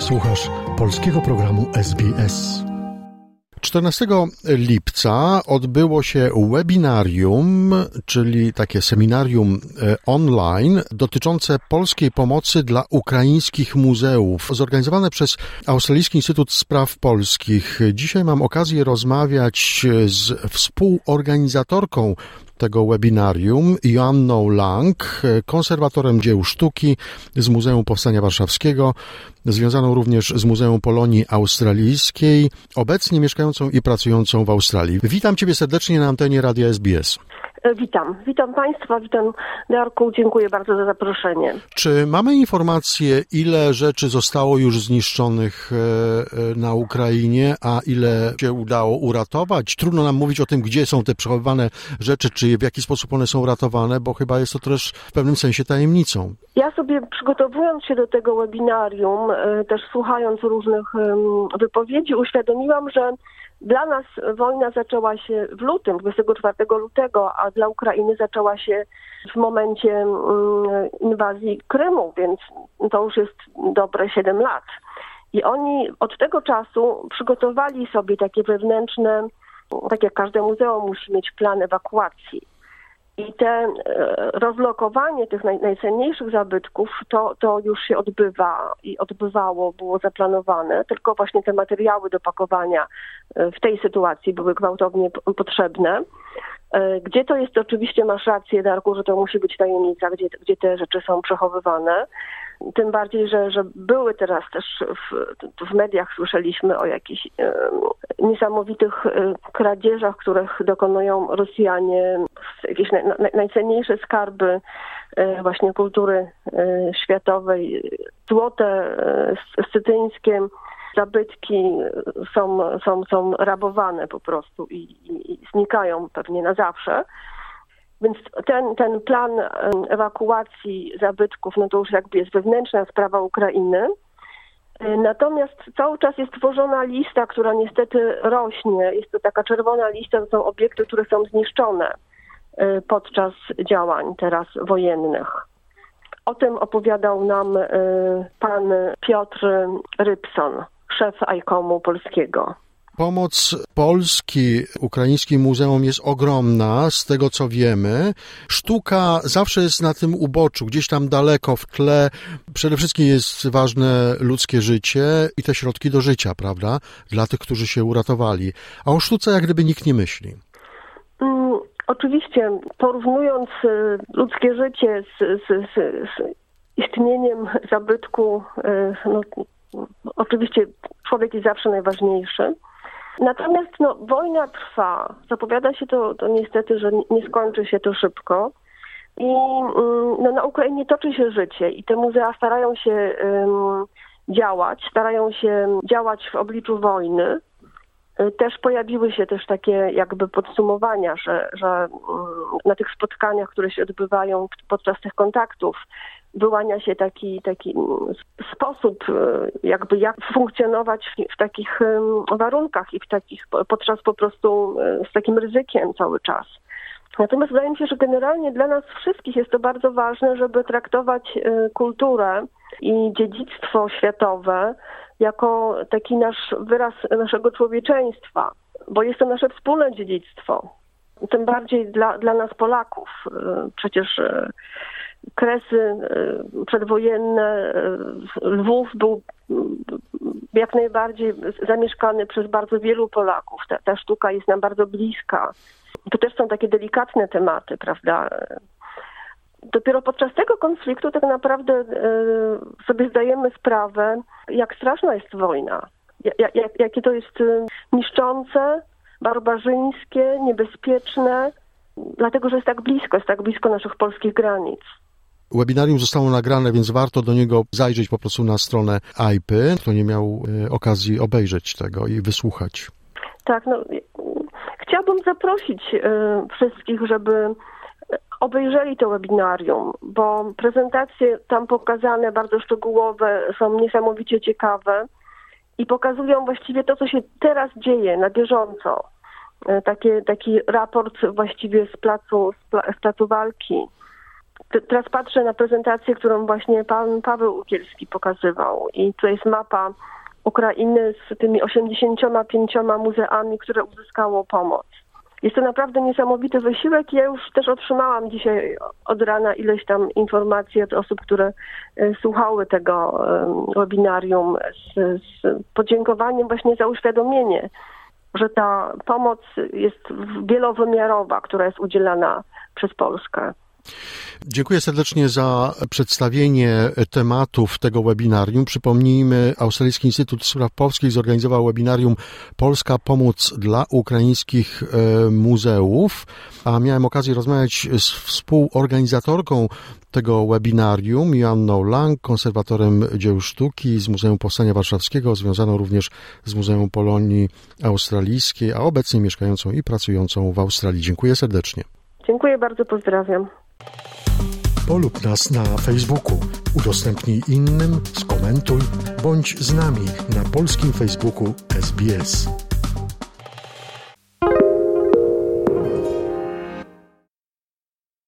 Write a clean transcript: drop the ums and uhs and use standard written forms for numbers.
Słuchasz polskiego programu SBS. 14 lipca odbyło się webinarium, czyli takie seminarium online dotyczące polskiej pomocy dla ukraińskich muzeów, zorganizowane przez Australijski Instytut Spraw Polskich. Dzisiaj mam okazję rozmawiać z współorganizatorką tego webinarium, Joanną Lang, konserwatorem dzieł sztuki z Muzeum Powstania Warszawskiego, związaną również z Muzeum Polonii Australijskiej, obecnie mieszkającą i pracującą w Australii. Witam Ciebie serdecznie na antenie Radia SBS. Witam Państwa, witam Darku, dziękuję bardzo za zaproszenie. Czy mamy informacje, ile rzeczy zostało już zniszczonych na Ukrainie, a ile się udało uratować? Trudno nam mówić o tym, gdzie są te przechowywane rzeczy, czy w jaki sposób one są ratowane, bo chyba jest to też w pewnym sensie tajemnicą. Ja sobie, przygotowując się do tego webinarium, też słuchając różnych wypowiedzi, uświadomiłam, że dla nas wojna zaczęła się w lutym, 24 lutego, a dla Ukrainy zaczęła się w momencie inwazji Krymu, więc to już jest dobre 7 lat. I oni od tego czasu przygotowali sobie takie wewnętrzne, tak jak każde muzeum musi mieć plan ewakuacji. I te rozlokowanie tych najcenniejszych zabytków, to już się odbywa i odbywało, było zaplanowane, tylko właśnie te materiały do pakowania w tej sytuacji były gwałtownie potrzebne. Gdzie to jest, oczywiście masz rację, Darku, że to musi być tajemnica, gdzie te rzeczy są przechowywane. Tym bardziej, że były teraz też w mediach słyszeliśmy o jakichś niesamowitych kradzieżach, których dokonują Rosjanie, jakieś najcenniejsze skarby właśnie kultury światowej, złote, scytyńskie zabytki są rabowane po prostu i znikają pewnie na zawsze. Więc ten plan ewakuacji zabytków, no to już jakby jest wewnętrzna sprawa Ukrainy. Natomiast cały czas jest tworzona lista, która niestety rośnie. Jest to taka czerwona lista, to są obiekty, które są zniszczone podczas działań teraz wojennych. O tym opowiadał nam pan Piotr Rybson, szef ICOM-u polskiego. Pomoc Polski ukraińskim muzeum jest ogromna, z tego co wiemy. Sztuka zawsze jest na tym uboczu, gdzieś tam daleko w tle. Przede wszystkim jest ważne ludzkie życie i te środki do życia, prawda? Dla tych, którzy się uratowali. A o sztuce jak gdyby nikt nie myśli. Oczywiście, porównując ludzkie życie z istnieniem zabytku, no, oczywiście człowiek jest zawsze najważniejszy. Natomiast wojna trwa. Zapowiada się to niestety, że nie skończy się to szybko. I na Ukrainie toczy się życie i te muzea starają się działać w obliczu wojny. Też pojawiły się też takie jakby podsumowania, że na tych spotkaniach, które się odbywają podczas tych kontaktów, wyłania się taki sposób, jakby jak funkcjonować w takich warunkach i podczas po prostu z takim ryzykiem cały czas. Natomiast wydaje mi się, że generalnie dla nas wszystkich jest to bardzo ważne, żeby traktować kulturę i dziedzictwo światowe jako taki nasz wyraz naszego człowieczeństwa, bo jest to nasze wspólne dziedzictwo. Tym bardziej dla nas Polaków. Przecież Kresy przedwojenne, Lwów był jak najbardziej zamieszkany przez bardzo wielu Polaków. Ta sztuka jest nam bardzo bliska. To też są takie delikatne tematy, prawda? Dopiero podczas tego konfliktu tak naprawdę sobie zdajemy sprawę, jak straszna jest wojna. Jakie to jest niszczące, barbarzyńskie, niebezpieczne, dlatego że jest tak blisko naszych polskich granic. Webinarium zostało nagrane, więc warto do niego zajrzeć po prostu na stronę AIPy, kto nie miał okazji obejrzeć tego i wysłuchać. Tak, chciałabym zaprosić wszystkich, żeby obejrzeli to webinarium, bo prezentacje tam pokazane, bardzo szczegółowe, są niesamowicie ciekawe i pokazują właściwie to, co się teraz dzieje na bieżąco. Taki raport właściwie z placu walki. Teraz patrzę na prezentację, którą właśnie pan Paweł Ukielski pokazywał i to jest mapa Ukrainy z tymi 85 muzeami, które uzyskało pomoc. Jest to naprawdę niesamowity wysiłek. Ja już też otrzymałam dzisiaj od rana ileś tam informacji od osób, które słuchały tego webinarium z podziękowaniem właśnie za uświadomienie, że ta pomoc jest wielowymiarowa, która jest udzielana przez Polskę. Dziękuję serdecznie za przedstawienie tematów tego webinarium. Przypomnijmy, Australijski Instytut Spraw Polskich zorganizował webinarium Polska pomoc dla ukraińskich muzeów, a miałem okazję rozmawiać z współorganizatorką tego webinarium, Joanną Lang, konserwatorem dzieł sztuki z Muzeum Powstania Warszawskiego, związaną również z Muzeum Polonii Australijskiej, a obecnie mieszkającą i pracującą w Australii. Dziękuję serdecznie. Dziękuję bardzo, pozdrawiam. Polub nas na Facebooku, udostępnij innym, skomentuj, bądź z nami na polskim Facebooku SBS.